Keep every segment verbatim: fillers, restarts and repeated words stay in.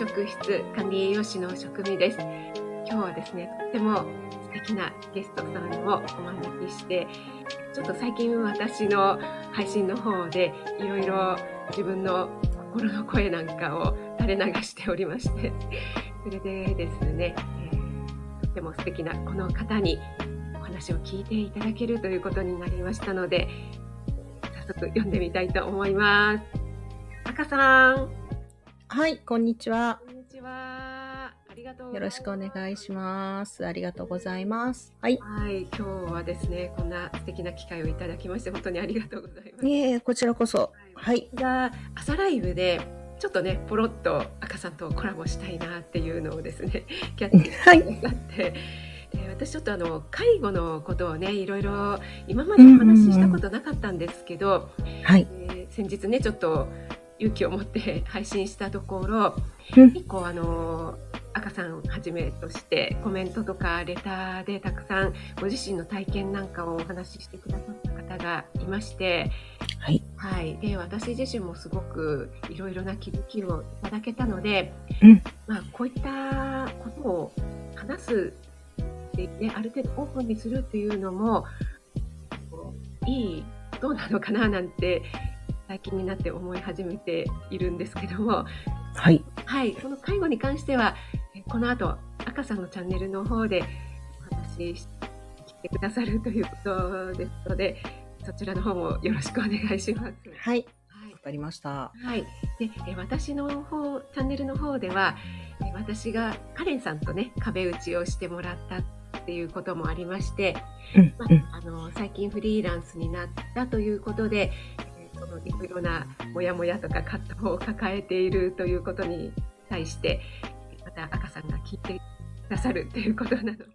職質管理栄養士の職味です。今日はですね、とっても素敵なゲストさんをお招きして、ちょっと最近私の配信の方でいろいろ自分の心の声なんかを垂れ流しておりまして、それでですね、えー、とっても素敵なこの方にお話を聞いていただけるということになりましたので、早速読んでみたいと思います。赤さん。 はい、こんにちは。 こんにちは。ありがとうございます。 よろしくお願いします。ありがとうございます。はい。 はい、今日はですね、こんな素敵な機会をいただきまして、本当にありがとうございます。 いえ、こちらこそ。はい。 私が朝ライブで、ちょっとね、ポロッと赤さんとコラボしたいなっていうのをですね、キャッチしてくださって、はい、で私ちょっとあの介護のことをね、いろいろ今までお話ししたことなかったんですけど、 はい、 えー、先日ねちょっと勇気を持って配信したところ、うん、結構あの赤さんはじめとしてコメントとかレターでたくさんご自身の体験なんかをお話ししてくださった方がいまして、 はい、 はい、で私自身もすごくいろいろな気づきをいただけたので、 うん、 まあ、こういったことを話すで、ね、ある程度オープンにするっていうのもいいどうなのかななんて最近になって思い始めているんですけども、 はい、 はい、この介護に関してはこの後赤さんのチャンネルの方でお話ししてくださるということですので、そちらの方もよろしくお願いします。 はい、わかりました。 はい、で私の方チャンネルの方では私がカレンさんとね壁打ちをしてもらったっていうこともありまして、 うんまあ、あの最近フリーランスになったということで、そのいろいろなモヤモヤとか葛藤を抱えているということに対してまた赤さんが聞いてくださるということなので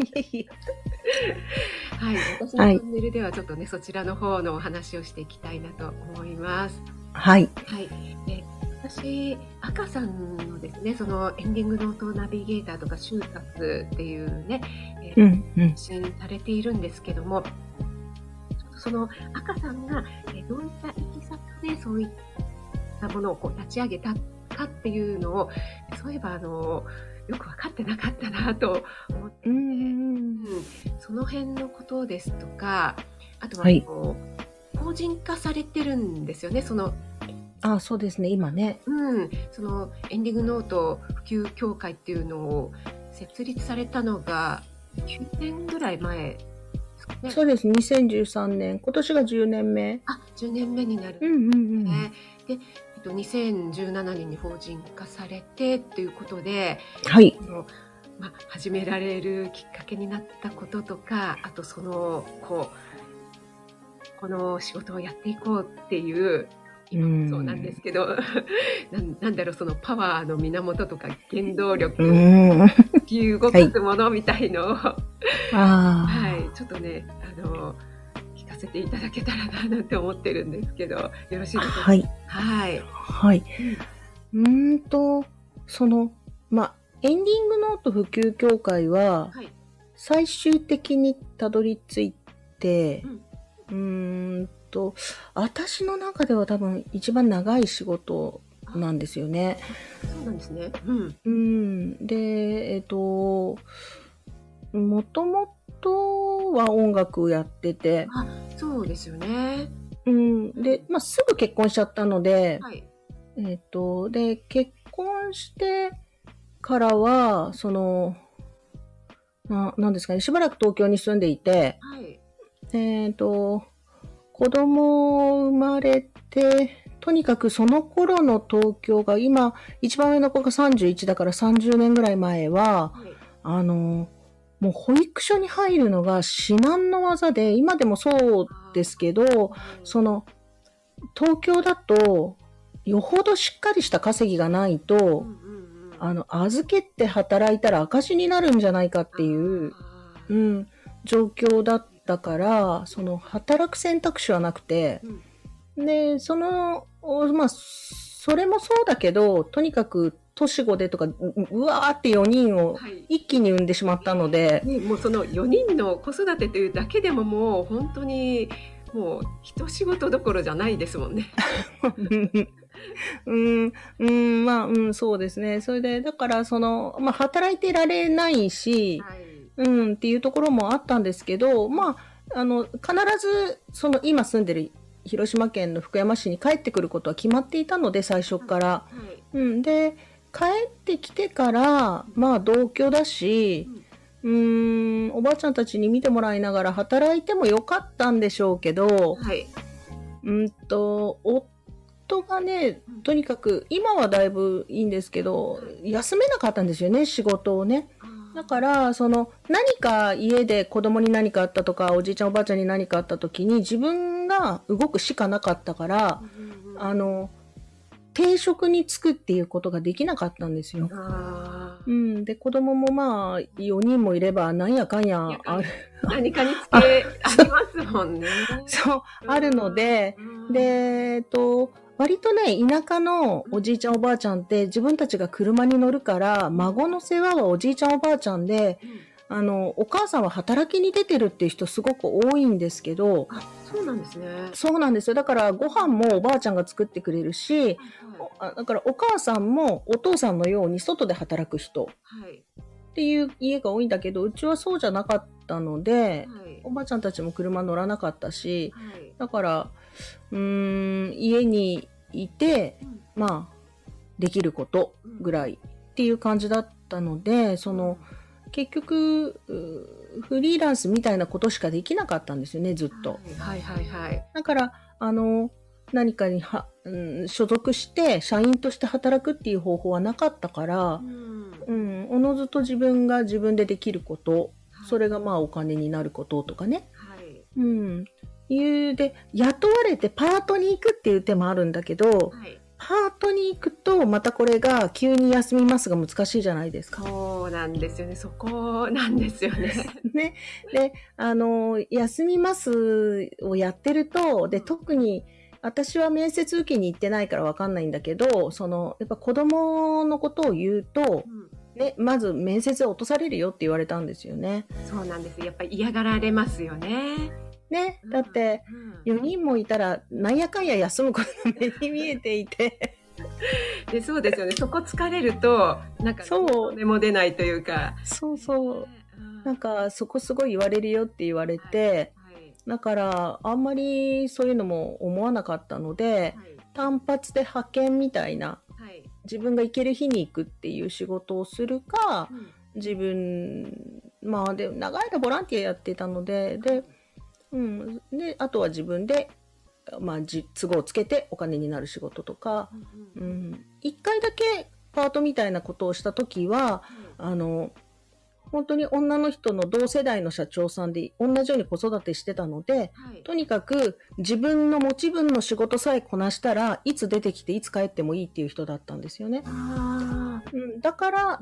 はい、私のチャンネルではちょっとね、はい、そちらの方のお話をしていきたいなと思います。 はい、 はい、で私赤さんのですね、そのエンディングノートナビゲーターとか就活っていうね、えーうんうん、発信されているんですけども、その赤さんがどういったいきさつでそういったものをこう立ち上げたかっていうのを、そういえばあのよく分かってなかったなと思って、うん、その辺のことですとか、あとは、はい、法人化されてるんですよね、そのあ、そうですね、今ね、 うん、そのエンディングノート普及協会っていうのを設立されたのがきゅうねんぐらい前ですかね。 そうです、にせんじゅうさんねん、今年がじゅうねんめ。 あ、じゅうねんめになるんですね。 うんうんうん、で、 えっと、にせんじゅうななねんに法人化されてっていうことで、 はい、 まあ、始められるきっかけになったこととか、あとそのこうこの仕事をやっていこうっていう今もそうなんですけど、な, なんだろうそのパワーの源とか原動力っていう動かすものみたいのを、はい、はい、ちょっとねあの聞かせていただけたらななんて思ってるんですけど、よろしいですか？ はいはいはい。うーんとそのまあエンディングノート普及協会は、はい、最終的にたどり着いて、うん、うーんと私の中では多分一番長い仕事なんですよね。 そうなんですね。うん。 うん、で、えっと、もともとは音楽をやってて。 あ、そうですよね。 うん、で、まあ、すぐ結婚しちゃったので、 はい、 えっと、で、結婚してからは、その、な、なんですかね、しばらく東京に住んでいて、 はい、 えっと、子供生まれて、とにかくその頃の東京が、今、一番上の子がさんじゅういちだからさんじゅうねんぐらい前は、はい、あの、もう保育所に入るのが至難の業で、今でもそうですけど、その、東京だと、よほどしっかりした稼ぎがないと、うんうんうん、あの、預けて働いたら赤字になるんじゃないかっていう、うん、状況だっただからその働く選択肢はなくて、うん、でそのまあそれもそうだけど、とにかく年子でとかうわーってよにんを一気に産んでしまったので、 はいね、もうそのよにんの子育てというだけでももう本当にもう一仕事どころじゃないですもんね。 うん、うん、まあ、うん、そうですね。それで、だから、その、まあ、働いてられないし、 はい。 うん、っていうところもあったんですけど、まあ、あの、必ず、その、今住んでる広島県の福山市に帰ってくることは決まっていたので、最初はい。 から。 はい。 うん、で、帰ってきてから、 うん。 まあ、同居だし、 うん。 うーん、おばあちゃんたちに見てもらいながら働いてもよかったんでしょうけど、 はい。 うんと、夫がね、 うん。 とにかく、今はだいぶいいんですけど、 はい。 休めなかったんですよね、仕事をね。 あだから、その、何か家で子供に何かあったとか、おじいちゃんおばあちゃんに何かあった時に自分が動くしかなかったかあ。 ら、 うんうんあの、定職に就くっていうことができなかったんですよ。 うん。ああ。 うん。で、子供もまあ、よにんもいれば、なんやかんやある。 やかんや、何かにつあ、 けあそう、 りますもんね。 そう、 うあるので、 ん。 で、 うん。 えっと、割とね、田舎のうん。 おじいちゃんおばあちゃんって自分たちが車に乗るから、 うん。 孫の世話はおじいちゃんおばあちゃんで、 うん。 あの、お母さんは働きに出てるっていう人すごく多いんですけど、 あ、そうなんですね。 そうなんですよ。だからご飯もおばあちゃんが作ってくれるし、 はいはい。 おあだからお母さんもお父さんのように外で働く人はい。 っていう家が多いんだけど、うちはそうじゃなかったので、 はい。 おばあちゃんたちも車乗らなかったし、 はい。 だから、うーん、家にいて、 うん。 まあ、できることうん。 ぐらいっていう感じだったので、その、 うん。 結局、うフリーランスみたいなことしかできなかったんですよね、ずっと。 はいはいはいはい。 だから、あの、何かには、うん、所属して社員として働くっていう方法はなかったかうら、 ん。 うん、おのずと自分が自分でできること、 はい。 それがまあお金になることとかね。 はい。 うん。いう、で、雇われてパートに行くっていう手もあるんだけど、 はい。 パートに行くとまたこれが急に休みますが難しいじゃないですか。 そうなんですよね。そこなんですよね。 ね。で、あの、休みますをやってると、で、 うん。 特に私は面接受けに行ってないからわかんないんだけど、その、やっぱ子供のことを言うと、 うん。 ね、まず面接で落とされるよって言われたんですよね。 そうなんです。やっぱり嫌がられますよね。 ね。 うん。 だって、 うん。 よにんもいたら、なんやかんや休むことが目に見えていて、 で、そうですよね。そこ疲れると、なんかそう、 根も出ないというか。 そうねそう。 え。うん。 なんか、そこすごい言われるよって言われはい。 て、 はい。 だから、あんまりそういうのも思わなかったので、 はい。 単発で派遣みたいな、 はい。 自分が行ける日に行くっていう仕事をするか、 うん。 自分、まあ、で、長い間ボランティアやってたので、で、 はい。 うん。で、あとは自分で、まあ、じ都合をつけてお金になる仕事とか、 うんうんううん。 ん。一回だけパートみたいなことをしたときは、 はい。 あの、本当に女の人の同世代の社長さんで同じように子育てしてたので、 はい。 とにかく自分の持ち分の仕事さえこなしたらいつ出てきていつ帰ってもいいっていう人だったんですよね。 ああ。 うん、だからうん。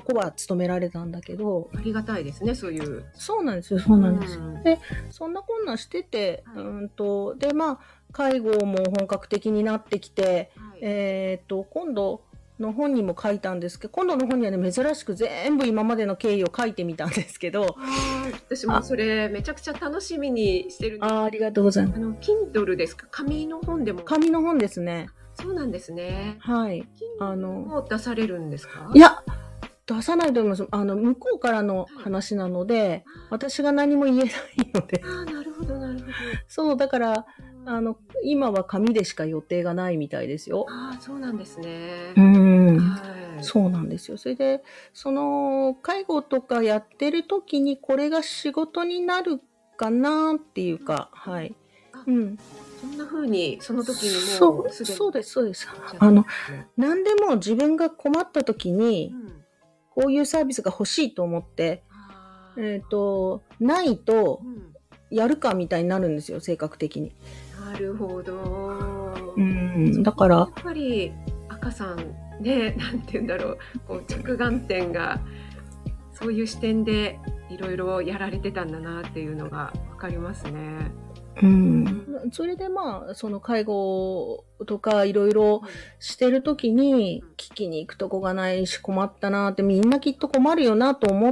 そこは勤められたんだけど、 ありがたいですね、そういう。 そうなんですよ、 うそうなんですよ。 ん。 で、そんなこんなしてて、うはい。 んと、で、まあ、介護も本格的になってきて、 はい。 えっと、今度の本にも書いたんですけど、今度の本にはね、珍しく全部今までの経緯を書いてみたんですけど、 ああ、私もあ、 それめちゃくちゃ楽しみにしてるんです。 あ、ありがとうございます。 あの、Kindle ですか？紙の本でも。 紙の本ですね。 そうなんですね。 はい。あ Kindle の、 も出されるんですか？ いや、出さないと思います。あの、向こうからのはい。 話なので、私が何も言えないので。 ああ、なるほどなるほど。 そう、だから、 うん。 あの、今は紙でしか予定がないみたいですよ。 ああ、そうなんですうね。 ーん。 はい。 そうなんですよ。それで、その、介護とかやってる時にこれが仕事になるかなっていううん、 か、 うん。 はい。 あ、 うん。 そんな風に、その時にもそう、 うすでにそうです、そうです。 おっしゃってあの、 ますね。 何でも自分が困った時に、 うん。 こういうサービスが欲しいと思って、 あえっと、ないあ、 と、 うん。 やるかみたいになるんですよ、性格的に。 なるほうど。 ん、 そだから、 こがやっぱり、赤さんね、なんて言うんだろう、こう着眼点が、そういう視点でいろいろやられてたんだなっていうのが分かりますね。 ううん。 ん、それでまあ、その介護とかいろいろはい。 してる時に、 うん。 聞きに行くとこがないし困ったなって、みんなきっと困るよなと思って、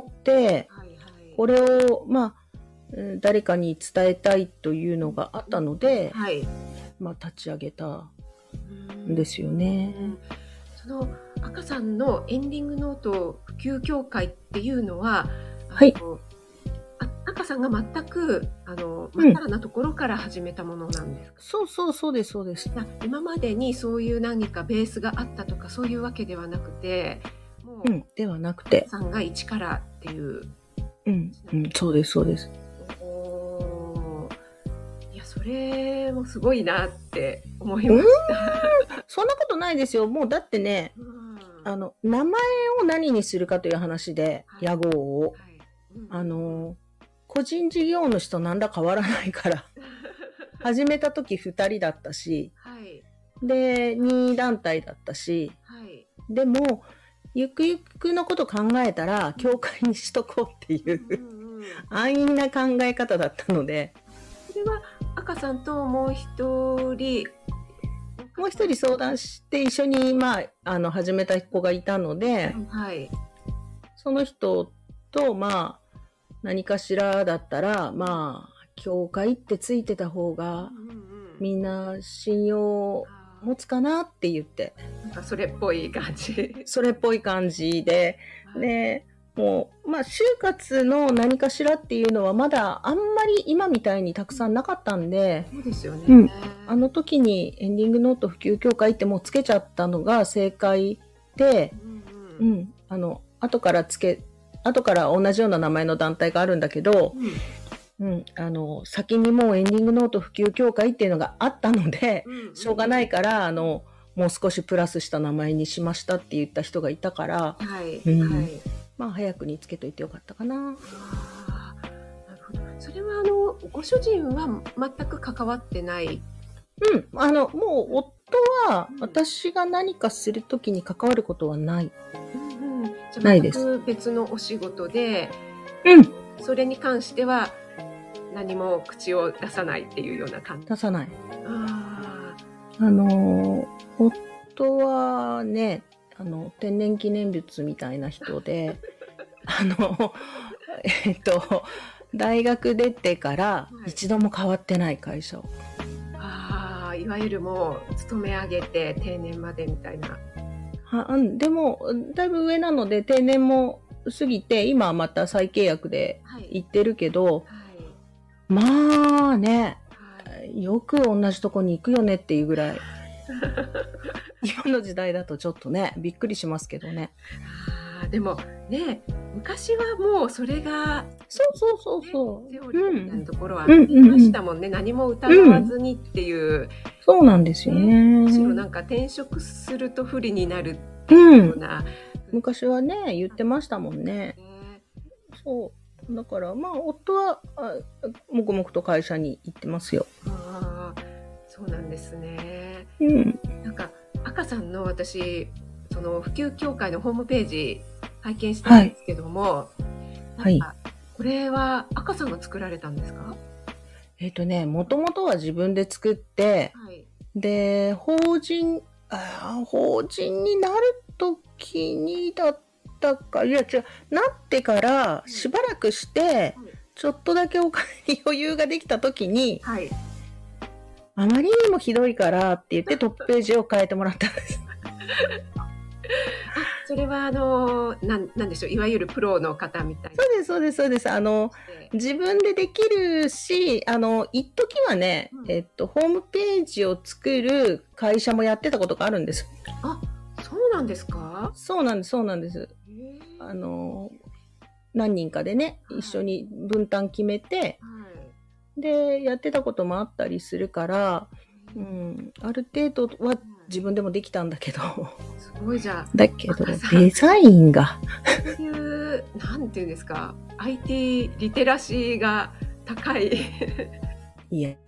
はいはい。 これを、まあ、うん誰かに伝えたいというのうんがあったうん。 ので、 はい。 まあ、立ち上げたんですよね。 うん、その赤さんのエンディングノート普及協会っていうのは、 はい。 あのあ赤さんが全くあのうん。 まっさらなところから始めたものなんですか？ そうそうそうですそうです。 あ、今までにそういう何かベースがあったとかそういうわけではなくて、もううん、ではなくて。 さんが一からっていう。 うん、うん、そうですそうです。 おー、いや、それもすごいなって思いました。 そんなことないですよ。もうだってね、 うん、 あの、名前を何にするかという話で、 はい、 屋号を。 はい、うん、 あの、個人事業主となんだ変わらないから。始めた時ふたりだったし、 はい、 で、に団体だったし、 はい、 でも、ゆくゆくのこと考えたら、教会にしとこうっていううんうんうん、 安易な考え方だったので、 それは赤さんともう一人もう一人相談して一緒に、まあ、あの、始めた子がいたので、 はい、 その人と、まあ、何かしらだったら、まあ、教会ってついてた方が、 うんうんうん、 みんな信用持つかなって言って。 なんかそれっぽい感じ。 それっぽい感じで、 はい、 で、もう、まあ、就活の何かしらっていうのはまだあんまり今みたいにたくさんなかったんで、 そうですよね。 うん、あの時にエンディングノート普及協会ってもうつけちゃったのが正解で、 うんうん、 うん、あの、後からつけ、後から同じような名前の団体があるんだけど、うんうん、あの、先にもうエンディングノート普及協会っていうのがあったので、 うんうん、 しょうがないから、あの、もう少しプラスした名前にしましたって言った人がいたから、 はい、 うん、 はい、 まあ早くにつけといてよかったかな。 ああ、なるほど。それはあのご主人は全く関わってない。 うん、あの、もう夫は私が何かするときに関わることはない。 うんうん、じゃあないです。 全く別のお仕事で、 うん、 それに関しては何も口を出さないっていうような感じ。 出さない。 ああの、夫はね、あの、天然記念物みたいな人で、あの、えっと、大学出てから一度も変わってない会社を。 あ、いわゆるもう勤め上げて定年までみたいな。 はでも、だいぶ上なので定年も過ぎて、今はまた再契約で行ってるけど、はいはい、まあね、はい、よく同じとこに行くよねっていうぐらい。今の時代だとちょっとね、びっくりしますけどね。 あ、でもね、昔はもうそれが、 そうそうそうそう、 ね、セオリーみたいなところはありましたもんね、うんうんうん、何も疑わずにっていう、うん、 そうなんですよね。 むしろなんか転職すると不利になるっていうような、 うん、昔はね言ってましたもんね。ね、そうだからまあ夫は黙々と会社に行ってますよ。 あ、そうなんですね。 うん、 なんか赤さんの私その普及協会のホームページ拝見したんですけども、はい、なんかこれは赤さんが作られたんですか？ えっとね、もともとは自分で作って、はい、で法人あ法人になる時にだったか、いや違う、なってからしばらくして、はいはい、ちょっとだけお金に余裕ができた時に、はい、あまりにもひどいからって言ってトップページを変えてもらったんです。 あ、それはあのなん、なんでしょう、いわゆるプロの方みたいな。 そうですそうですそうです。あの自分でできるし、あの一時はね、うん、えっとホームページを作る会社もやってたことがあるんです。 あ、そうなんですか？ そうなんですそうなんです。あの何人かでね、はい、一緒に分担決めて、はい、でやってたこともあったりするから、うん、ある程度は自分でもできたんだけど、 すごいじゃん。 だけどデザインがそういうなんていうんですか、アイティー リテラシーが高いいや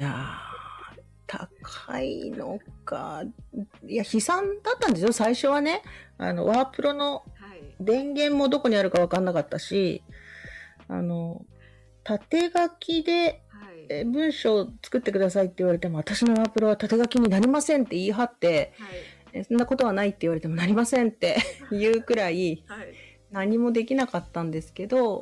高いのか、いや悲惨だったんですよ最初はね。あのワープロの電源もどこにあるか分かんなかったし、あの縦書きで文章を作ってくださいって言われても、私のワープロは縦書きになりませんって言い張って、はい、そんなことはないって言われてもなりませんって言うくらい何もできなかったんですけど、はい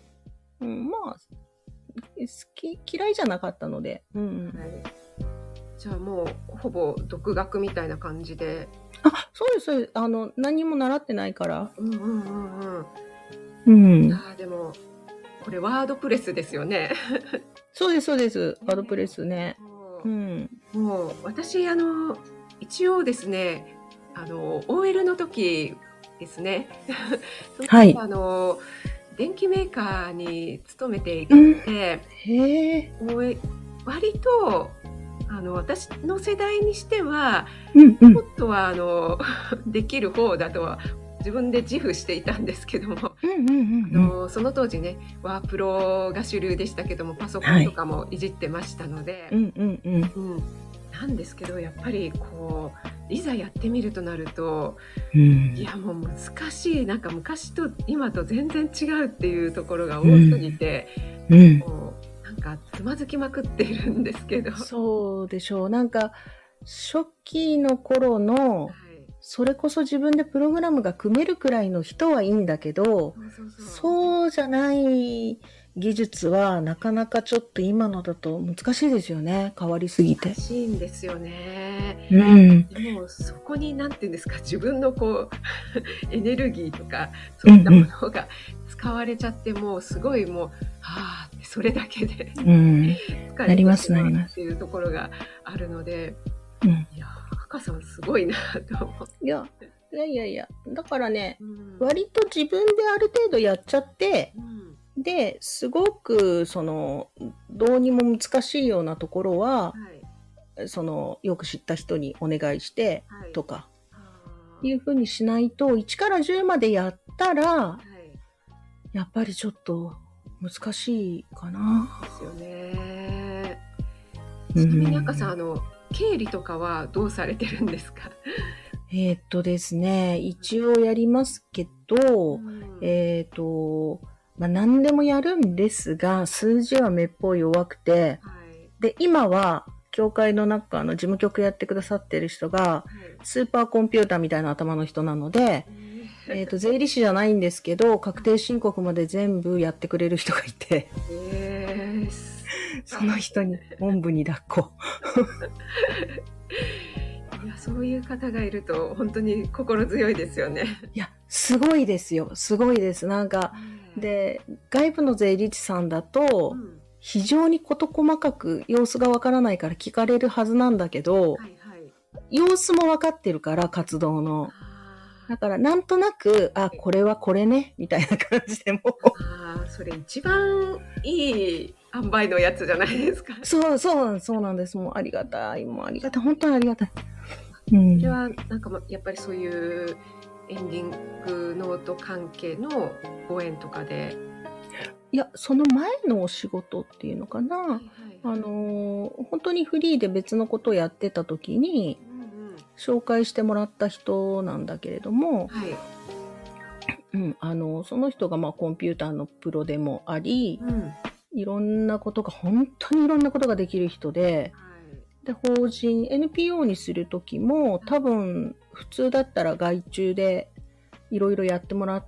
、うん、まあ好き嫌いじゃなかったので、うん、はい、 じゃあもうほぼ独学みたいな感じで。 あ、そうですそうです。あの何も習ってないから。 うんうんうんうん。 うん。 あ、でもこれワードプレスですよね。 そうですそうです。ワードプレスね。うん。 もう私あの一応ですね、あの オーエル の時ですね。その時、 はい。 あの電機メーカーに勤めていて、うん、 へえ。 割とあの私の世代にしては、 うんうん、 もっとはあのできる方だとは自分で自負していたんですけども、その当時ねワープロが主流でしたけども、パソコンとかもいじってましたので、なんですけどやっぱりこういざやってみるとなると、うん、いやもう難しい、なんか昔と今と全然違うっていうところが多すぎて、うんうん、もうなんかつまずきまくっているんですけど。 そうでしょう。なんか初期の頃の、はい、それこそ自分でプログラムが組めるくらいの人はいいんだけど、そうそうそう、そうじゃない技術はなかなかちょっと今のだと難しいですよね。変わりすぎて。 難しいんですよね。 うん。 でもそこに何て言うんですか、自分のこうエネルギーとかそういったものが使われちゃって、もうすごいもうはあってそれだけで、うん、疲れてしまうっていうところがあるので、うん、いや赤さんすごいなと思って。 いやいやいやいや、だからね、うん、割と自分である程度やっちゃって。うん、ですごくそのどうにも難しいようなところは、はい、そのよく知った人にお願いしてとか、はい、いうふうにしないといちからじゅうまでやったら、はい、やっぱりちょっと難しいかな。 ですよね。ちなみに赤さん、あの経理とかはどうされてるんですか？ えっとですね、一応やりますけど、うん、えっとまあ、何でもやるんですが、数字はめっぽい弱くて、はい、で、今は、協会の中の事務局やってくださってる人が、はい、スーパーコンピューターみたいな頭の人なので、えっと、税理士じゃないんですけど、確定申告まで全部やってくれる人がいて、 えー、 その人に、おんぶに抱っこ。 いや、そういう方がいると、本当に心強いですよね。 いや、すごいですよ。すごいです。なんか、で、外部の税理士さんだと、うん、非常に事細かく様子がわからないから聞かれるはずなんだけど、はいはい、様子もわかってるから活動の。だからなんとなく、あ、これはこれね、みたいな感じでも。 あ、それ一番いい塩梅のやつじゃないですか。 そうそう、そうなんです。もうありがたい。もうありがたい。本当にありがたい。 うん、それはなんかやっぱりそういうエンディングノート関係のご縁とかで。 いや、その前のお仕事っていうのかな、はいはいはい、あの本当にフリーで別のことをやってた時に、うんうん、紹介してもらった人なんだけれども、はい、うん、あのその人がまあコンピューターのプロでもあり、うん、いろんなことが本当にいろんなことができる人で、はい、で法人 エヌピーオー にする時も多分普通だったら外注でいろいろやってもらって、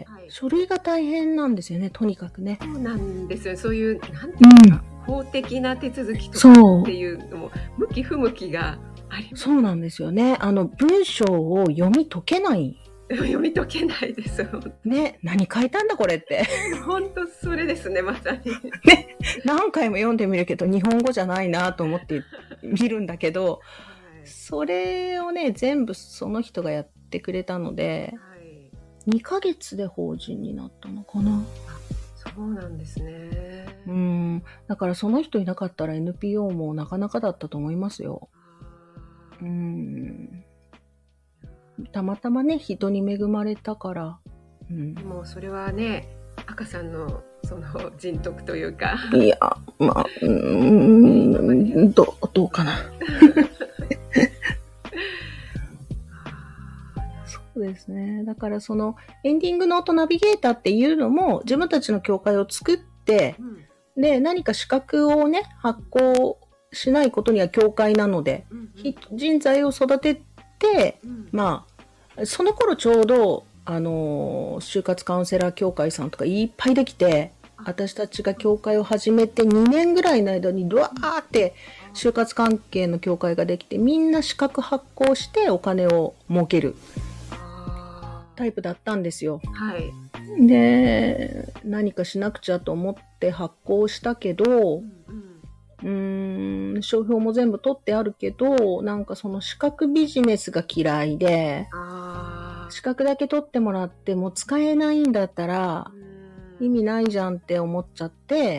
はい、書類が大変なんですよね、とにかくね。 そうなんですよ。そういうなんていうか、うん、法的な手続きとかっていうのも向き不向きがあります。 そうなんですよね。あの文章を読み解けない。 読み解けないですよ。 ね、何書いたんだこれって。 本当それですね、まさに。 ね、何回も読んでみるけど日本語じゃないなと思って見るんだけど、はい、それをね全部その人がやってくれたので。はい、にかげつで法人になったのかな。 そうなんですね。 うん、だからその人いなかったら エヌピーオー もなかなかだったと思いますよ。うん、たまたまね人に恵まれたから、 うん、もうそれはね赤さんのその人徳というか。 いやまあうーんどどうかな。そうですね。だからそのエンディングノートナビゲーターっていうのも自分たちの協会を作って、うん、で何か資格をね発行しないことには協会なので、うんうん、人材を育てて、うん、まあその頃ちょうどあの就活カウンセラー協会さんとかいっぱいできて、 あ私たちが教会を始めてにねんぐらいの間にドワーって就活関係の教会ができて、みんな資格発行してお金を儲けるタイプだったんですよ。 はい。 で、何かしなくちゃと思って発行したけど、うんうーん、商標も全部取ってあるけど、なんかその資格ビジネスが嫌いで、 あ資格だけ取ってもらっても使えないんだったら意味ないじゃんって思っちゃって。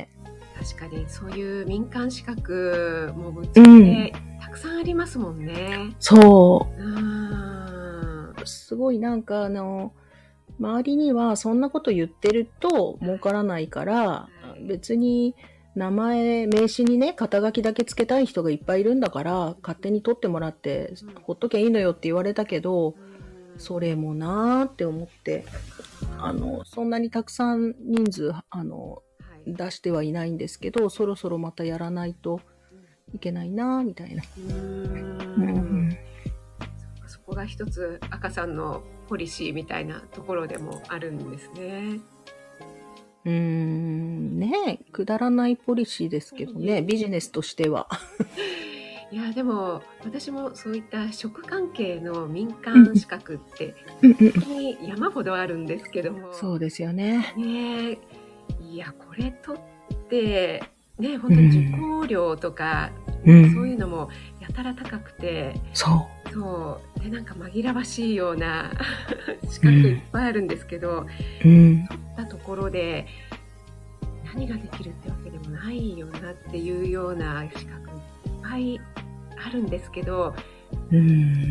確かにそういう民間資格もぶっちゃけたくさんありますもんね。 うん、そう。 うんすごいなんかあの、周りにはそんなこと言ってると儲からないから、はい、別に名前、名刺にね、肩書きだけつけたい人がいっぱいいるんだから、勝手に取ってもらって、うん、ほっときゃいいのよって言われたけど、うん、それもなーって思って、あの、そんなにたくさん人数、あの、はい、出してはいないんですけど、そろそろまたやらないといけないなーみたいな。うーんうんそこが一つ赤さんのポリシーみたいなところでもあるんですね。 うーんねえ、くだらないポリシーですけどね、ビジネスとしては。 いやでも私もそういった職関係の民間資格って本当に山ほどあるんですけども、 そうですよね。 ねいやこれ取ってね本当に受講料とか、うん、そういうのもやたら高くて、 そうそうでなんか紛らわしいような資格いっぱいあるんですけど、 うん、 取ったところで何ができるってわけでもないよなっていうような資格いっぱいあるんですけど、うん、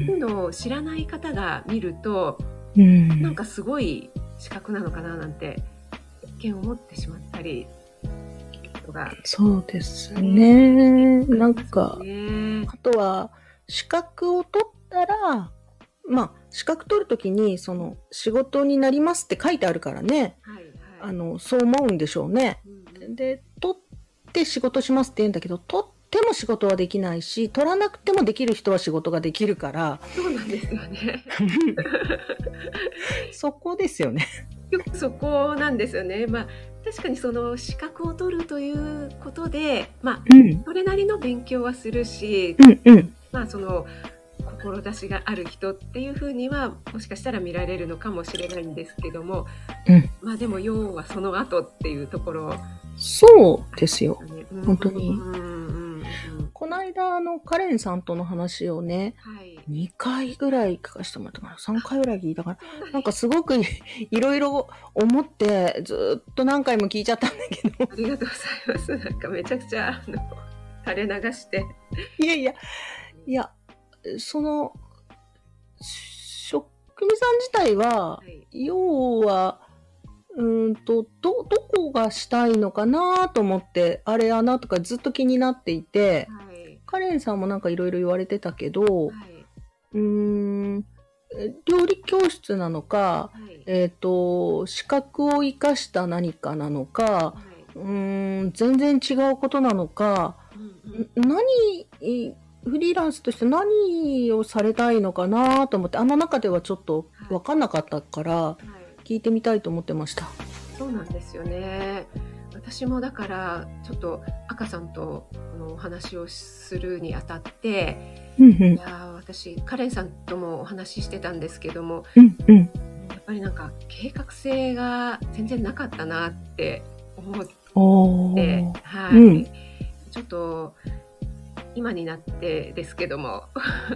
そういうのを知らない方が見ると、うん、なんかすごい資格なのかななんて一見思ってしまったりとか。 そうですね。なんか、ね、あとは資格を取ったら、まあ資格取るときにその仕事になりますって書いてあるからね。はいはい、あのそう思うんでしょうね。うん、で取って仕事しますって言うんだけど、取っても仕事はできないし、取らなくてもできる人は仕事ができるから。 そうなんですよね。 そこですよね。 よくそこなんですよね。まあ確かにその資格を取るということで、まあ、うん、それなりの勉強はするし、うんうん、まあその志がある人っていうふうにはもしかしたら見られるのかもしれないんですけども、うん、まあでも要はその後っていうところ。 そうですよ、ね、本当に。 うんうんうん、 この間あのカレンさんとの話をね、はい、にかいぐらい聞かせてもらったかな、さんかいぐらい聞いたから、なんかすごくいろいろ思ってずっと何回も聞いちゃったんだけど。 ありがとうございます。なんかめちゃくちゃあの垂れ流して。 いやいやいや。その職人さん自体は、はい、要はうんと ど, どこがしたいのかなと思って、あれ穴とかずっと気になっていて、はい、カレンさんもなんかいろいろ言われてたけど、はい、うーん料理教室なのか、はい、えっと資格を生かした何かなのか、はい、うーん全然違うことなのか、うんうん、何フリーランスとして何をされたいのかなと思って、あの中ではちょっと分かんなかったから聞いてみたいと思ってました。はい、 そうなんですよね。私もだからちょっと赤さんとこのお話をするにあたって、うんうん、いや私カレンさんともお話ししてたんですけども、うんうん、やっぱりなんか計画性が全然なかったなって思って、はい、うん、ちょっと今になってですけども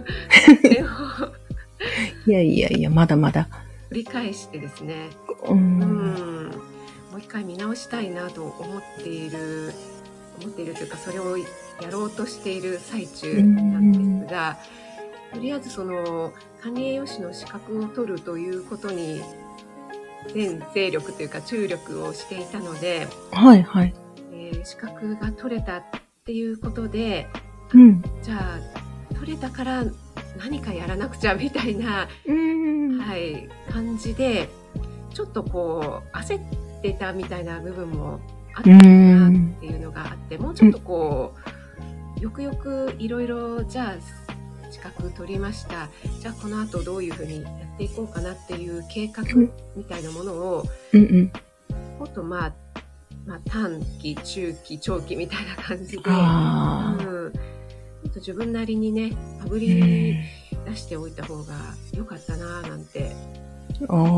いやいやいやまだまだ繰り返してですね、うん、うんもう一回見直したいなと思っている思っているというか、それをやろうとしている最中なんですが、とりあえずその管理栄養士の資格を取るということに全精力というか注力をしていたので、 はいはい、 えー、資格が取れたっていうことで、 うん、 じゃあ取れたから何かやらなくちゃみたいな、 うんはい、感じでちょっとこう焦ってたみたいな部分もあったなっていうのがあって、もうちょっとこうよくよくいろいろじゃあ資格取りました、じゃあこの後どういうふうにやっていこうかなっていう計画みたいなものを、 うんうん、 もっとまあまあ、短期、中期、長期みたいな感じで、 ああ。 うん、ちょっと自分なりにね、あぶり出しておいた方が良かったななんて。 ああ。う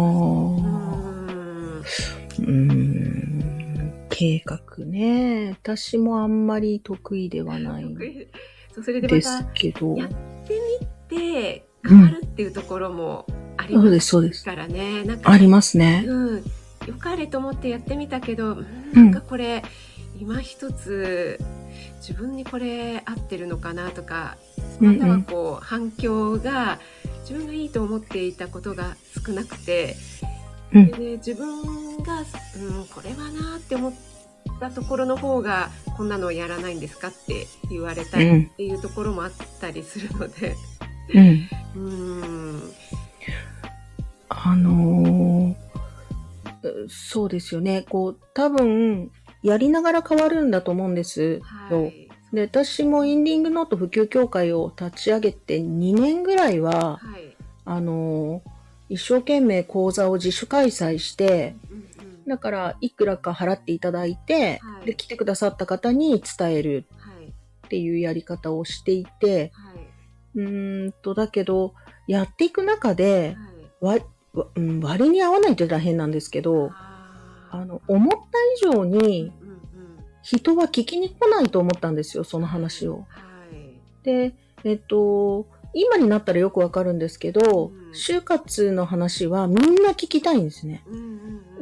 ーん。計画ね。私もあんまり得意ではないそう、それでまですたけど。 やってみて変わるっていうところもありますからね。なんかありますね。 うん。よかれと思ってやってみたけど、なんかこれ、今一つ自分にこれ合ってるのかなとか、またはこう反響が自分がいいと思っていたことが少なくて、 うん、 で自分が、うん、これはなって思ったところの方がこんなのやらないんですかって言われたりっていうところもあったりするので、 うん、 うん、 あのー、そうですよね。こう多分やりながら変わるんだと思うんですよ。はい、で、私もインディングノート普及協会を立ち上げてにねんぐらいは、はい、あのー、一生懸命講座を自主開催して、うんうん、だからいくらか払っていただいて、はい、で来てくださった方に伝えるっていうやり方をしていて、はい、うーんとだけどやっていく中で、はい、わうん、割に合わないって言ったら変なんですけど、あの思った以上に人は聞きに来ないと思ったんですよ、その話を。はい、で、えっと今になったらよくわかるんですけど、うん、就活の話はみんな聞きたいんですね。うんうんうん、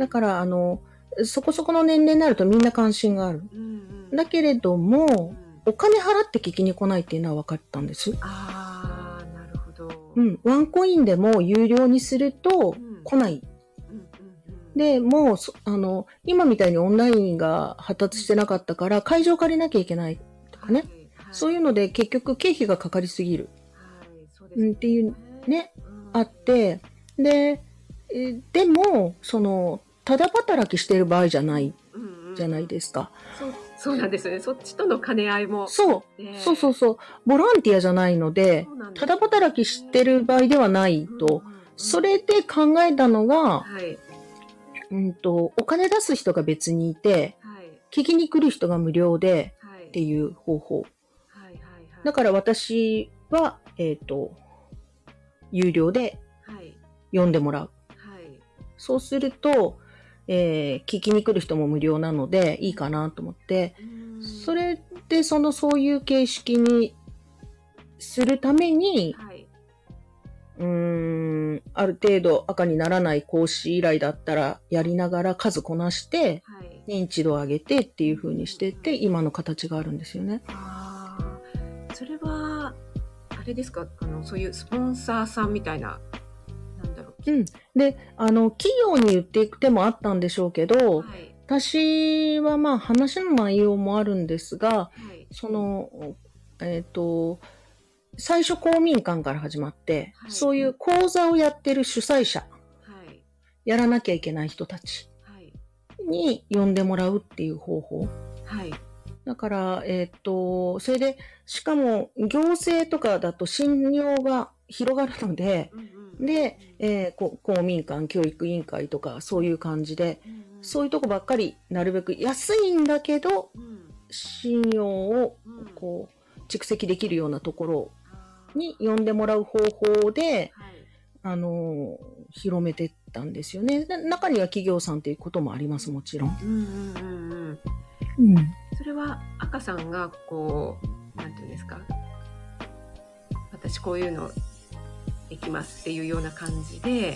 だからあのそこそこの年齢になるとみんな関心がある。うんうん、だけれども、うん、お金払って聞きに来ないっていうのは分かったんです。 あー、なるほど。 うん、ワンコインでも有料にすると来ない。うんうんうんうん、で、もうあの今みたいにオンラインが発達してなかったから会場借りなきゃいけないとかね。はいはい、そういうので結局経費がかかりすぎる。うん、っていうね、あって、で、えでも、その、ただ働きしてる場合じゃないじゃないですか。 そう、そうなんですよね。そっちとの兼ね合いも。 そう、えー、そうそうそう。ボランティアじゃないので、ただ働きしてる場合ではないと、うんうんうん、それで考えたのが、はい、うんと、お金出す人が別にいて、はい、聞きに来る人が無料で、はい、っていう方法。はいはいはい、だから私は、えっと、有料で読んでもらう。はい、そうすると、えー、聞きに来る人も無料なのでいいかなと思って、それでそのそういう形式にするために、はい、うーん、ある程度赤にならない講師依頼だったらやりながら数こなして、はい、認知度を上げてっていう風にしてて、今の形があるんですよね。 ああ、それはあれですか、あのそういうスポンサーさんみたいな、なんだろう。 うん。で、あの企業に言っていく手もあったんでしょうけど、はい、私はまあ話の内容もあるんですが、はい、そのえっと最初公民館から始まって、はい、そういう講座をやってる主催者、はい、やらなきゃいけない人たちに呼んでもらうっていう方法。はい、だから、えっと、それで、しかも行政とかだと信用が広がるので、うんうん、で、えー、公民館、教育委員会とかそういう感じで、うんうん、そういうとこばっかりなるべく安いんだけど、うん、信用をこう蓄積できるようなところに呼んでもらう方法で、はい、あの広めてったんですよね。中には企業さんっていうこともあります、もちろん。うんうんうんうん、それは赤さんがこうなんていうんですか、私こういうのできますっていうような感じで。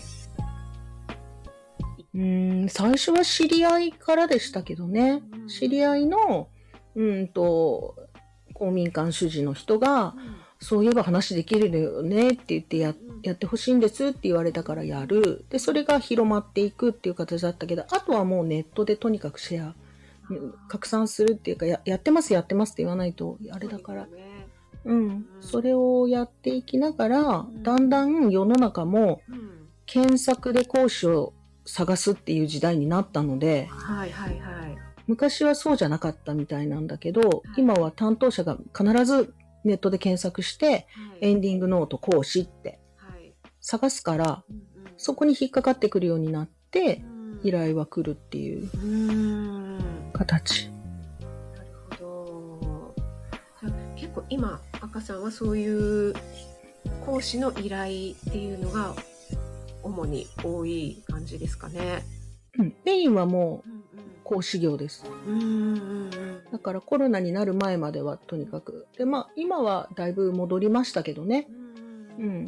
うーん、最初は知り合いからでしたけどね、うん、知り合いのうんと公民館主事の人が、うん、そういえば話できるのよねって言って や,、うん、やってほしいんですって言われたからやる。でそれが広まっていくっていう形だったけど、あとはもうネットでとにかくシェア拡散するっていうか、 や, やってますやってますって言わないとあれだから、うん、うん、それをやっていきながら、うん、だんだん世の中も検索で講師を探すっていう時代になったので、はいはいはい、昔はそうじゃなかったみたいなんだけど、はい、今は担当者が必ずネットで検索して、はい、エンディングノート講師って探すから、はいうんうん、そこに引っかかってくるようになって、うん、依頼は来るっていう。うーん形。 なるほど。じゃあ結構今赤さんはそういう講師の依頼っていうのが主に多い感じですかね。 うん、メインはもう講師業です。 うんうんうん、 だからコロナになる前まではとにかくで、まあ今はだいぶ戻りましたけどね。うん、うん、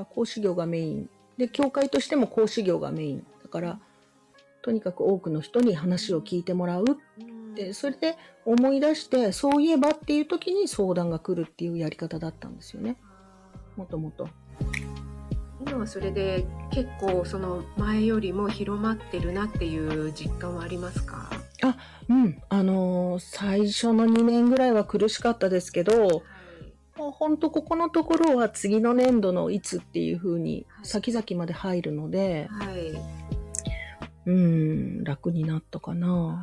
講師業がメインで、教会としても講師業がメインだから、とにかく多くの人に話を聞いてもらうって、それで思い出してそういえばっていう時に相談が来るっていうやり方だったんですよね、もともと。 今はそれで結構その前よりも広まってるなっていう実感はありますか？ あ、うん、あのー、最初のにねんぐらいは苦しかったですけど、はい、もうほんとここのところは次の年度のいつっていう風に先々まで入るので、はい、うん、楽になったかな。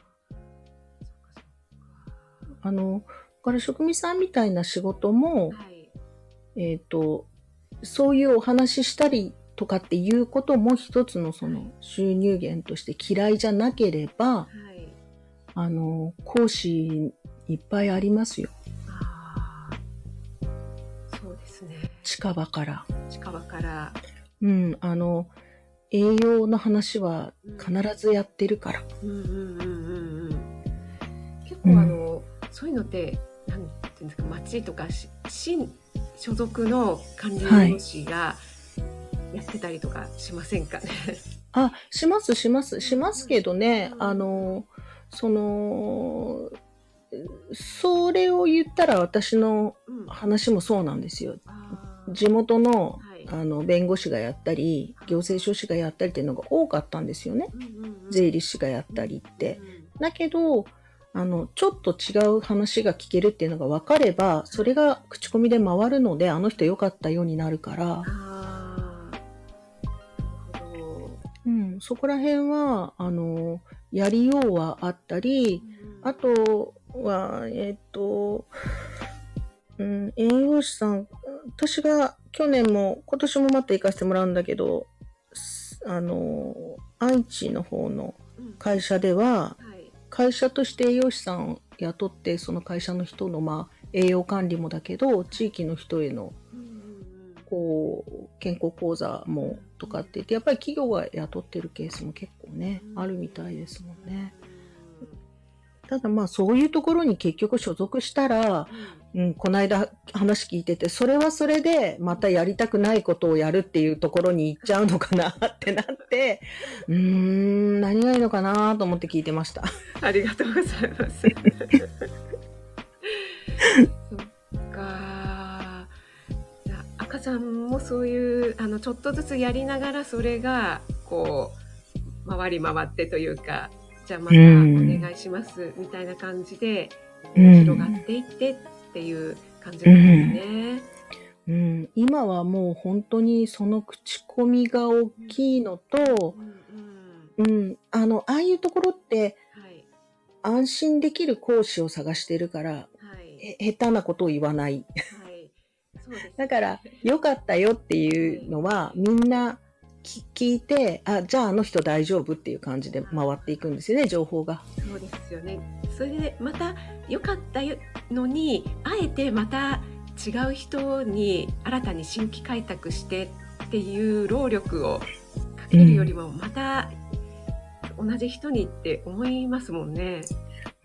あの、から職味さんみたいな仕事も、はい、えっと、そういうお話ししたりとかっていうことも一つのその収入源として嫌いじゃなければ、はい、あの、講師いっぱいありますよ。 あ、そうですね。 近場から。 近場から。 うん、あの、栄養の話は必ずやってるから。 うんうんうんうんうん。結構あの、うん、そういうのって、なんていうんですか、町とか市所属の管理栄養士がやってたりとかしませんかね。 はい、あ、しますしますしますけどね、あのそのそれを言ったら私の話もそうなんですよ。うん、地元の、はい、あの弁護士がやったり行政書士がやったりっていうのが多かったんですよね。うんうんうん、税理士がやったりって。うんうん、だけどあのちょっと違う話が聞けるっていうのが分かれば、それが口コミで回るので、あの人良かったようになるから、あ、なるほど、うん、そこら辺はあのやりようはあったり、うん、あとはえっと、うん、栄養士さん、私が去年も今年もまた行かせてもらうんだけど、あの愛知の方の会社では、うん、はい、会社として栄養士さんを雇って、その会社の人のまあ栄養管理もだけど、地域の人へのこう健康講座もとかって言って、やっぱり企業が雇ってるケースも結構ねあるみたいですもんね。ただまあそういうところに結局所属したら、うん、この間話聞いてて、それはそれでまたやりたくないことをやるっていうところに行っちゃうのかなってなって、うーん、何がいいのかなと思って聞いてました。 ありがとうございます。そっか。じゃあ赤さんもそういうあのちょっとずつやりながら、それがこう回り回ってというか、じゃあまたお願いしますみたいな感じで、うん、広がっていってっていう感じなんですね。 うんうん、今はもう本当にその口コミが大きいのと、うんうんうん、あのああいうところって、はい、安心できる講師を探してるから、はい、下手なことを言わない、はい、そうですね、だから良かったよっていうのは、はい、みんな聞いて、あ、じゃああの人大丈夫っていう感じで回っていくんですよね、情報が。 そうですよね。それでまた良かったのに、あえてまた違う人に新たに新規開拓してっていう労力をかけるよりも、また同じ人にって思いますもんね。 うん、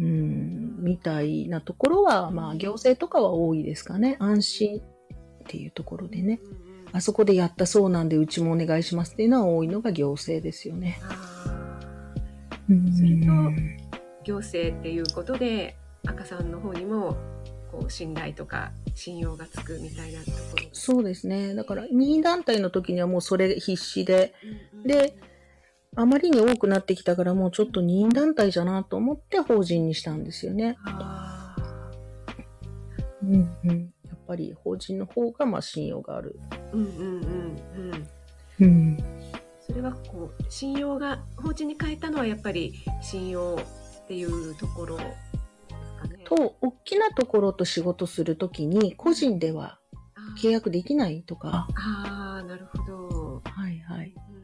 みたいなところは、まあ行政とかは多いですかね。安心っていうところでね。うんうん、あそこでやったそうなんでうちもお願いしますっていうのは多いのが行政ですよね。 あ、うん、それと行政っていうことで赤さんの方にもこう信頼とか信用がつくみたいなところ。 そうですね。だから任意団体の時にはもうそれ必死で、うんうん、であまりに多くなってきたから、もうちょっと任意団体じゃなと思って法人にしたんですよね。あ、うんうん、やっぱり法人の方がまあ信用がある。うんうんうんうん。うん、それはこう信用が法人に変えたのはやっぱり信用っていうところですかね。 と、大きなところと仕事するときに個人では契約できないとか。 ああ、なるほど。 はいはい。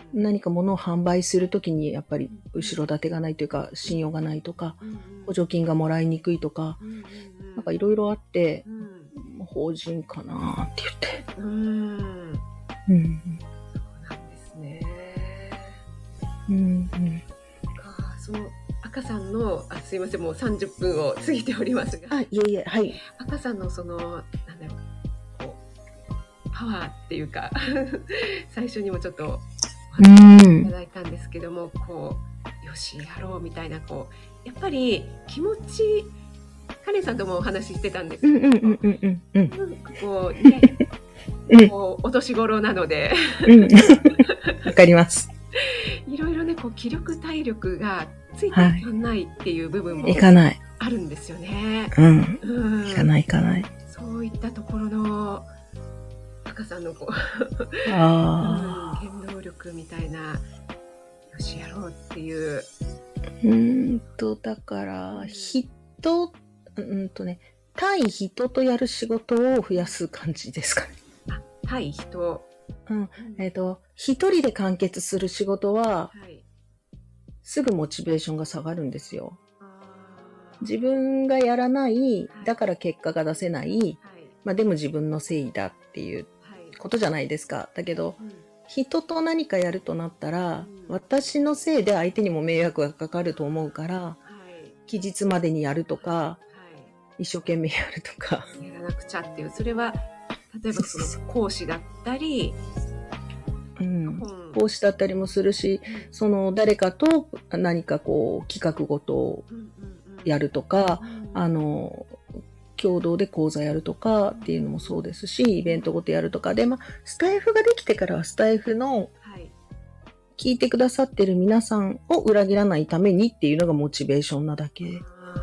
何か物を販売するときにやっぱり後ろ盾がないというか信用がないとか、補助金がもらいにくいとか、なんかいろいろあって、法人かなって言って。うん。うん。 そうなんですね。うんうん。か、その赤さんの、あ、すいません、もうさんじゅっぷんを過ぎておりますが。 あ、いえいえ、はい。 赤さんのその、なんだろう、こう、パワーっていうか、最初にもちょっとお話しいただいたんですけども、こう、よし、やろうみたいな、こう、やっぱり気持ち、カレンさんともお話ししてたんですけど、こうね、こうお年頃なので、 わかります。 いろいろね、こう気力体力がついていかないっていう部分もあるんですよね。 うん。うん、いかないいかない。 そういったところの赤さんのこう、あ、うん、原動力みたいな、よしやろうっていう。 うんとだから人うんとね、対人とやる仕事を増やす感じですかね。 あ、対人。 うん。えっと、一人で完結する仕事は、はい、すぐモチベーションが下がるんですよ。自分がやらない、だから結果が出せない、はい、まあでも自分のせいだっていうことじゃないですか。だけど、うん、人と何かやるとなったら、うん、私のせいで相手にも迷惑がかかると思うから、はい、期日までにやるとか、一生懸命やるとかやらなくちゃっていう、それは例えばその講師だったり、 うん、講師だったりもするし、うん、その誰かと何かこう企画ごとをやるとか、うんうんうん、あの共同で講座やるとかっていうのもそうですし、イベントごとやるとかで、まあスタイフができてからはスタイフの聞いてくださってる皆さんを裏切らないためにっていうのがモチベーションなだけ。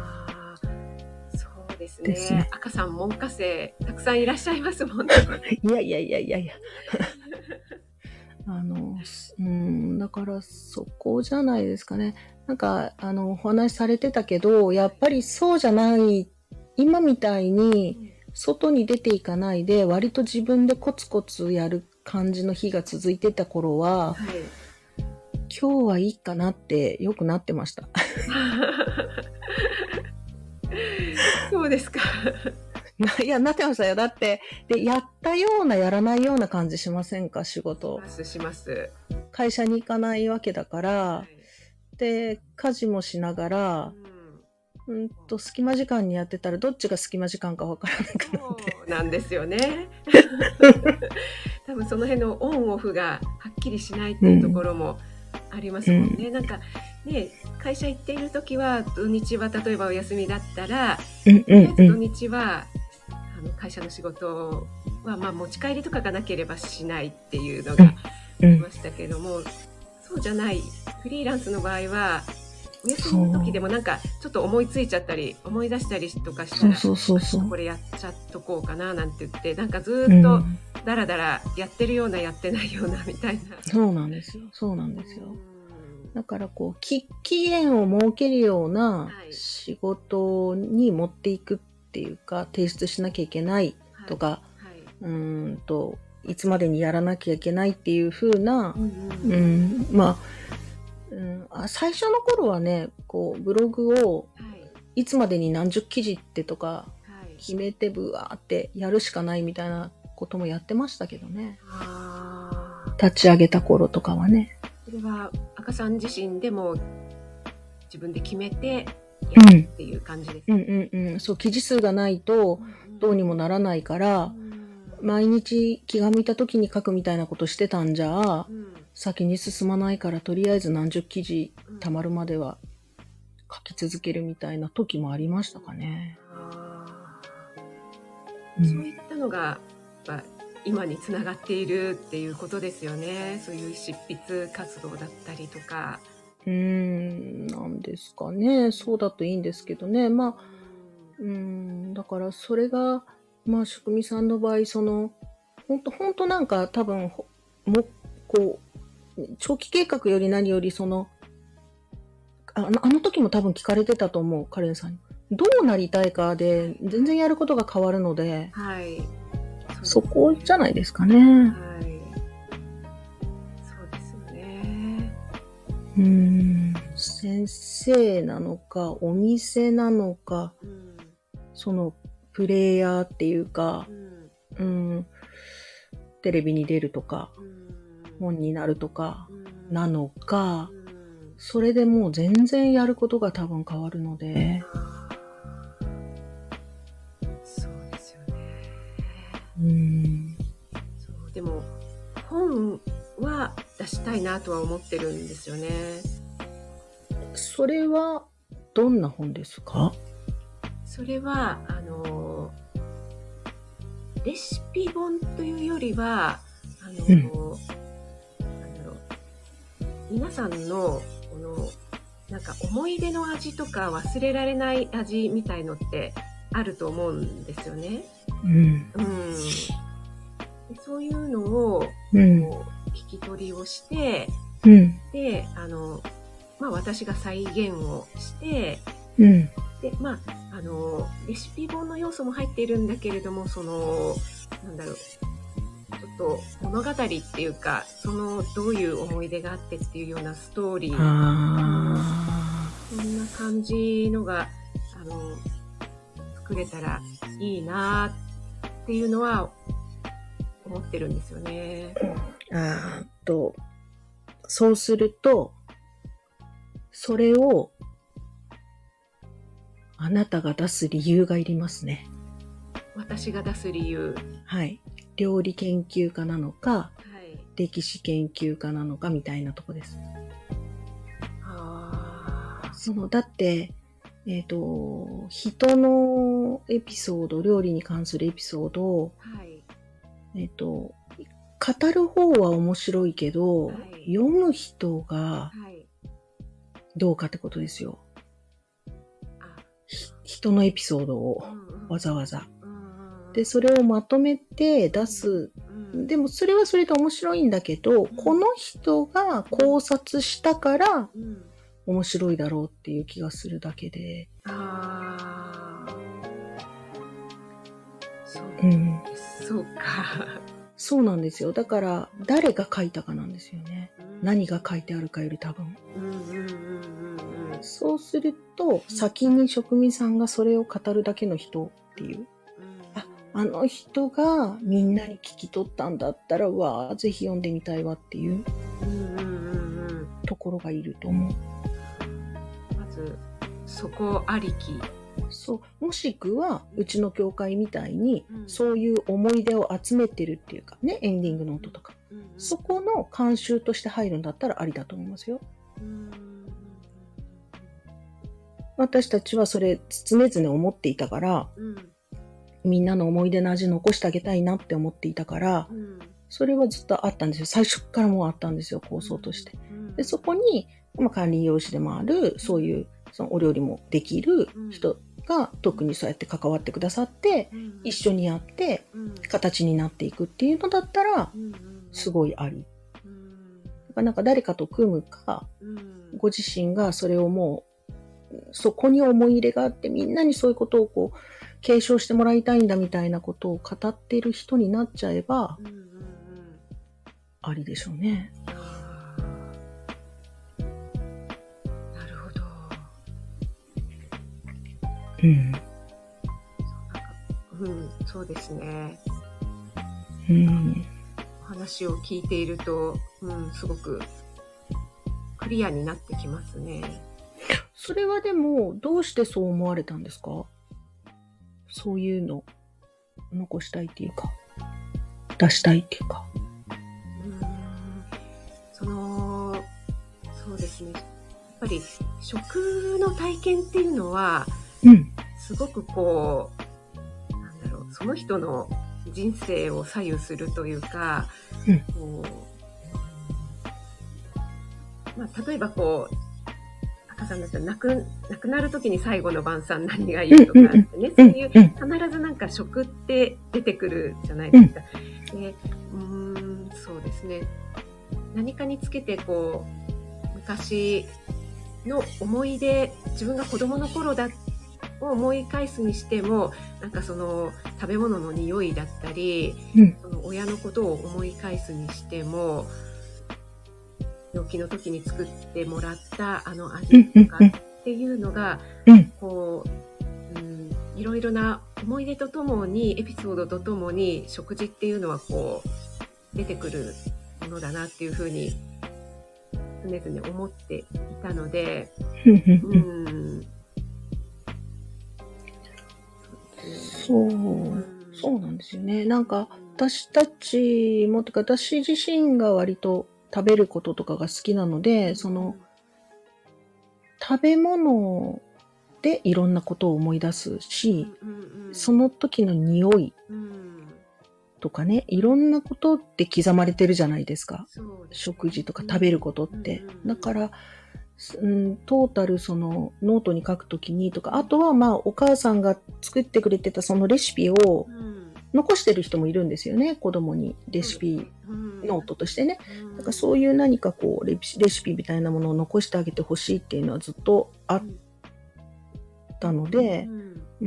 ですね。ですね。赤さん門下生たくさんいらっしゃいますもんね。 いやいやいやいやいや。あの、うん、だからそこじゃないですかね。なんかあのお話しされてたけど、やっぱりそうじゃない、今みたいに外に出ていかないで、割と自分でコツコツやる感じの日が続いてた頃は、はい、今日はいいかなってよくなってました。 そうですか。 いや、なってましたよ。だって、で、やったような、やらないような感じしませんか、仕事。 します、します。 会社に行かないわけだから、はい、で、家事もしながら、うん、うんと、隙間時間にやってたら、どっちが隙間時間かわからなくなって。 そうなんですよね。多分その辺のオンオフがはっきりしないっていうところもありますもんね。うん、なんか、ね、会社行っている時は土日は例えばお休みだったら、うんうんうん、土日はあの会社の仕事は、まあ、持ち帰りとかがなければしないっていうのがありましたけども、うんうん、そうじゃないフリーランスの場合はお休みの時でもなんかちょっと思いついちゃったり思い出したりとかしたら、そうそうそうそう、これやっちゃっとこうかななんて言って、なんかずっとだらだらやってるようなやってないようなみたいな。 そうなんですよ。そうなんですよ。だからこう期限を設けるような仕事に持っていくっていうか、はい、提出しなきゃいけないとか、はいはい、うーんといつまでにやらなきゃいけないっていう風な、うんうんうん、まあ、うん、あ最初の頃はね、こうブログをいつまでに何十記事ってとか決めてブワーってやるしかないみたいなこともやってましたけどね。立ち上げた頃とかはね。 それは赤さん自身でも自分で決めてやるっていう感じですか？ うんうんうんうん。そう、記事数がないとどうにもならないから、うん、毎日気が向いた時に書くみたいなことしてたんじゃ、うん、先に進まないからとりあえず何十記事溜まるまでは書き続けるみたいな時もありましたかね。 うん、そういったのがやっぱ今につながっているっていうことですよね。そういう執筆活動だったりとか。 うーん、なんですかね。そうだといいんですけどね。まあ、うーん、だからそれが、まあ、職味さんの場合、その、ほんと、ほんとなんか多分、も、こう、長期計画より何よりその、あの、あの時も多分聞かれてたと思う、カレンさんに。どうなりたいかで、全然やることが変わるので、はい。そこじゃないですかね。はい。 そうですよね。 うーん、先生なのか、お店なのか、 うん、 そのプレイヤーっていうかう、ん、 うん、テレビに出るとか、 うん、 本になるとか、 うん、 なのか、 うん、 それでもう全然やることが多分変わるので、 あーそうですよね。 うーん、 そうでも本は出したいなとは思ってるんですよね。 それはどんな本ですか？ それはあのレシピ本というよりはあの、 うんなんだろう、皆さんのこのなんか思い出の味とか忘れられない味みたいのってあると思うんですよね。 うん、 うん、でそういうのをうん、 こう聞き取りをして、 うん、 であの、まあ、私が再現をして、 うん、 でまあ、あのレシピ本の要素も入っているんだけれども、そのなんだろう、ちょっと物語っていうか、そのどういう思い出があってっていうようなストーリー、 あそんな感じのがあの作れたらいいなっていうのは思ってるんですよね。 ーあーと、そうすると、それをあなたが出す理由がいりますね。 私が出す理由。 はい。料理研究家なのか、 はい。 歴史研究家なのかみたいなとこです。 ああ。 その、だって、えっと、人のエピソード、料理に関するエピソードを、 はい。 えっと、語る方は面白いけど、 はい読む人がはい。 どうかってことですよ。 あ、 ひ人のエピソードをうんうん。 わざわざ。 うんうん。 で、それをまとめて出す。 うん。 でもそれはそれで面白いんだけど、この人が考察したからうん。 面白いだろうっていう気がするだけで。 ああ。そううん。 です。そうか。 そうなんですよ。だから誰が書いたかなんですよね。何が書いてあるかより多分。 うんうんうんうんうん。 そうすると、先に職人さんがそれを語るだけの人っていう。あ、あの人がみんなに聞き取ったんだったら、うわあ、ぜひ読んでみたいわっていううんうんうんうん。 ところがいると思う。 まず、そこありき。 そう。もしくは、うちの教会みたいに、 うんそういう思い出を集めてるっていうかね、エンディングノートとか。 うんうんそこの監修として入るんだったらありだと思いますよ。 うん私たちはそれ常々思っていたから、 うんみんなの思い出の味残してあげたいなって思っていたから、 うんそれはずっとあったんですよ。最初からもうあったんですよ、構想として。 うんで、そこに、まあ、管理栄養士でもある、そういう、そのお料理もできる人が特にそうやって関わってくださって、 うん一緒にやってうん形になっていくっていうのだったら、 うんすごいあり。 うんだからなんか誰かと組むか、 うんご自身がそれをもう、そこに思い入れがあって、みんなにそういうことをこう、継承してもらいたいんだみたいなことを語っている人になっちゃえば、 うんうんうんありでしょうね。 あーなるほど。 うん。 なんかうんそうですね。 うん。 お話を聞いていると、うん、すごくクリアになってきますね。 それはでも、どうしてそう思われたんですか？そういうの、残したいっていうか、出したいっていうか。 うーんそのそうですね。やっぱり食の体験っていうのはうん。 すごくこうなんだろう、その人の人生を左右するというか、 うんこうまあ、例えばこう赤さんだったら亡く、亡くなる時に最後の晩餐何がいいとかってね、 うんそういううん必ずなんか食って出てくるじゃないですか。でうーんそうですね。何かにつけてこう昔の思い出、自分が子供の頃だを思い返すにしても、なんかその食べ物の匂いだったり、 うんその親のことを思い返すにしても、 病気の時に作ってもらったあの味とかっていうのが、 うん。 こう、うん、いろいろな思い出とともに、エピソードとともに、食事っていうのはこう、出てくるものだなっていうふうに、常々思っていたので、 うんうんううんん、 そう、 うんそうなんですよね。なんか、私たちも、とか、私自身が割と食べることとかが好きなので、その、食べ物でいろんなことを思い出すし、 うんうんうん、 その時の匂いうんとかね、いろんなことって刻まれてるじゃないですか。 そうですね、 食事とか食べることって。 うんうんうんだから、うん、トータルそのノートに書くときにとか、あとはまあお母さんが作ってくれてたそのレシピをうん残してる人もいるんですよね。子供にレシピうんノートとしてね。 うんだからそういう何かこうレシレシピみたいなものを残してあげてほしいっていうのはずっとあったので、 うんうん、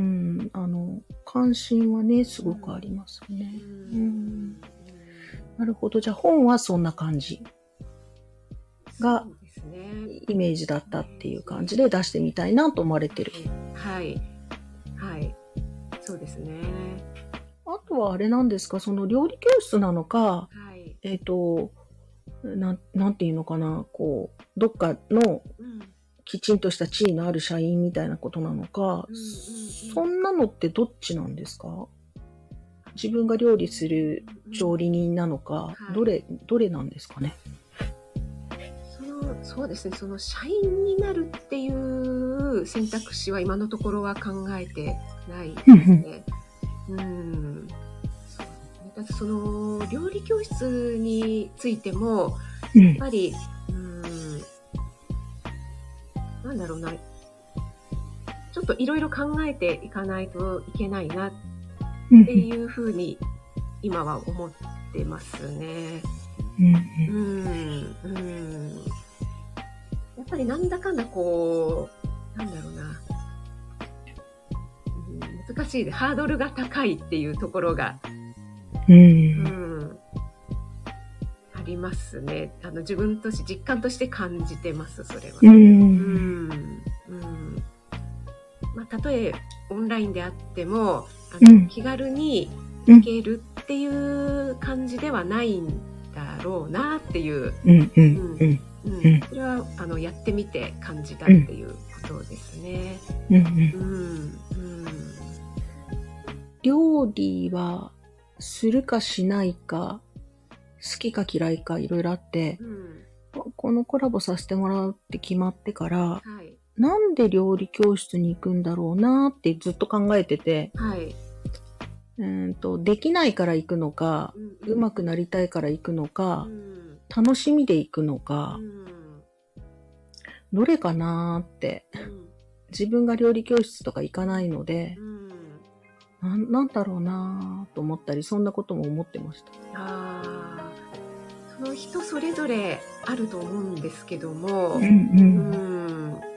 あの、関心はね、すごくありますね。 ううんん、なるほど。じゃあ本はそんな感じがそうですね、 イメージだったっていう感じで出してみたいなと思われてる。 はいはいそうですね、 あとはあれなんですか、その料理教室なのか、 はいえっと、なん、なんていうのかな、こう、どっかのうんきちんとした地位のある社員みたいなことなのか、 うんうんうんそんなのってどっちなんですか？自分が料理する調理人なのか、 はいどれ、どれなんですかね？ そのそうですね、その社員になるっていう選択肢は今のところは考えてないですね。うんだってその料理教室についてもうんやっぱり、うんなんだろうな、ちょっといろいろ考えていかないといけないなっていうふうに今は思ってますね。 うんうんうんやっぱりなんだかんだこう、なんだろうな、うん難しいで、ハードルが高いっていうところが、 うんうんありますね。あの自分として実感として感じてます、それは。 うんうんうんまあ、たとえオンラインであってもあの、 うん気軽にうん行けるっていう感じではないんだろうなっていう、 うんうんうんうんうんそれはあのやってみて感じたっていうことですね。 うんうんうんうん料理はするかしないか、好きか嫌いかいろいろあって、 うんこのコラボさせてもらうって決まってから、 はいなんで料理教室に行くんだろうなってずっと考えてて、 はい、 うーんと、できないから行くのか、 うん上手くなりたいから行くのかう、ん楽しみで行くのかう、んどれかなーって。 うん自分が料理教室とか行かないのでう、んなんなんだろうなーと思ったり、そんなことも思ってました。 あーその人それぞれあると思うんですけども、 うんう。 うんん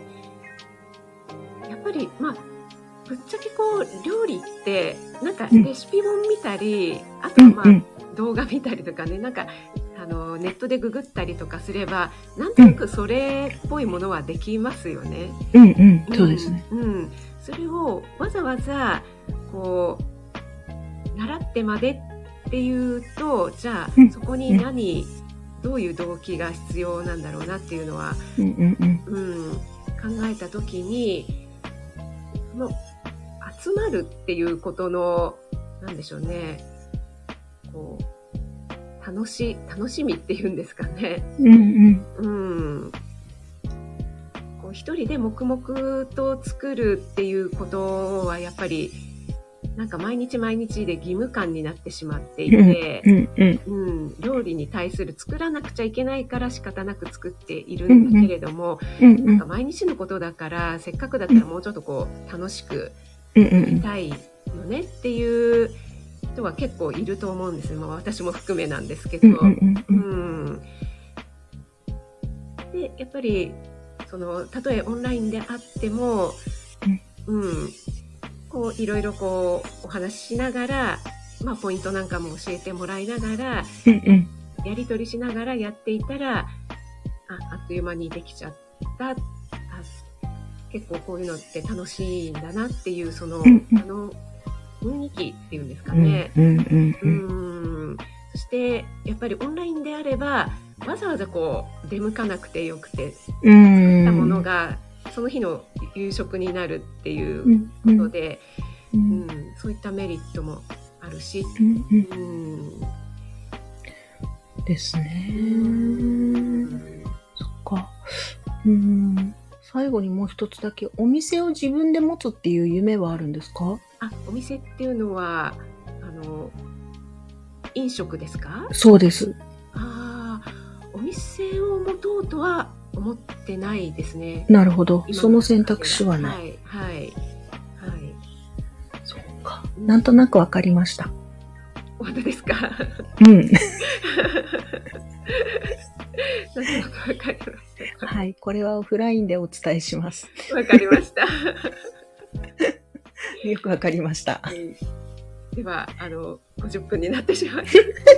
やっぱりまあぶっちゃけこう料理ってなんかうんレシピ本見たり、あとはまあ、 うんうん動画見たりとかね、なんかあのネットでググったりとかすればなんとなくそれっぽいものはできますよね。 うんうん。そうですね。 うん、うんそれをわざわざこう習ってまでっていうと、じゃうんあそこに何、どういう動機が必要なんだろうなっていうのは、 うんうんうん。 うん、考えた時に、その集まるっていうことのなんでしょうね、こう楽し楽しみっていうんですかね。 うんうん。 うんこう一人で黙々と作るっていうことはやっぱりなんか毎日毎日で義務感になってしまっていて、 うんうんうん、料理に対する作らなくちゃいけないから仕方なく作っているんだけれども、 うんうんなんか毎日のことだからせっかくだったらもうちょっとこう楽しくうんうやりんたいよねっていう人は結構いると思うんですよ。まあ、私も含めなんですけど。 うんうんううんんでやっぱりそのたとえオンラインであっても、うん、こういろいろこうお話ししながら、まあ、ポイントなんかも教えてもらいながらうんうんやり取りしながらやっていたらあ、あっという間にできちゃった。あ、結構こういうのって楽しいんだなっていう、その、 うんうん、 あの、雰囲気っていうんですかね。 うんうんうんうん。ん。そして、やっぱりオンラインであれば、わざわざこう、出向かなくてよくて、作ったものが、その日の夕食になるっていうことで、うん、うん、そういったメリットもあるし、 うんうんうんですね。そっか。うん。最後にもう一つだけ、お店を自分で持つっていう夢はあるんですか？ あ、お店っていうのは、あの、飲食ですか？ そうです。 ああ、お店を持とうとは思ってないですね。 なるほど。その選択肢はない。 はい、はい、はい。 そうか。なんとなくわかりました。 本当ですか？ うん。 なんとなくわかりました。 はい、これはオフラインでお伝えします。 わかりました。 よくわかりました。 はい、では、あの、ごじゅっぷんになってしまい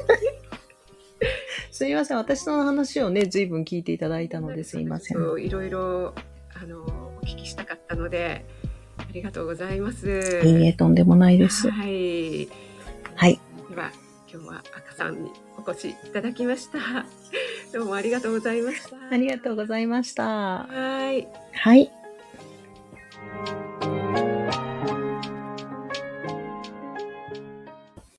すいません。私の話をね、随分聞いていただいたのですいません。 そう、いろいろ、あの、お聞きしたかったので、ありがとうございます。 いいえ、とんでもないです。 はい。 はい。 では、今日は赤さんにお越しいただきました。どうもありがとうございました。 ありがとうございました。 はい。 はい。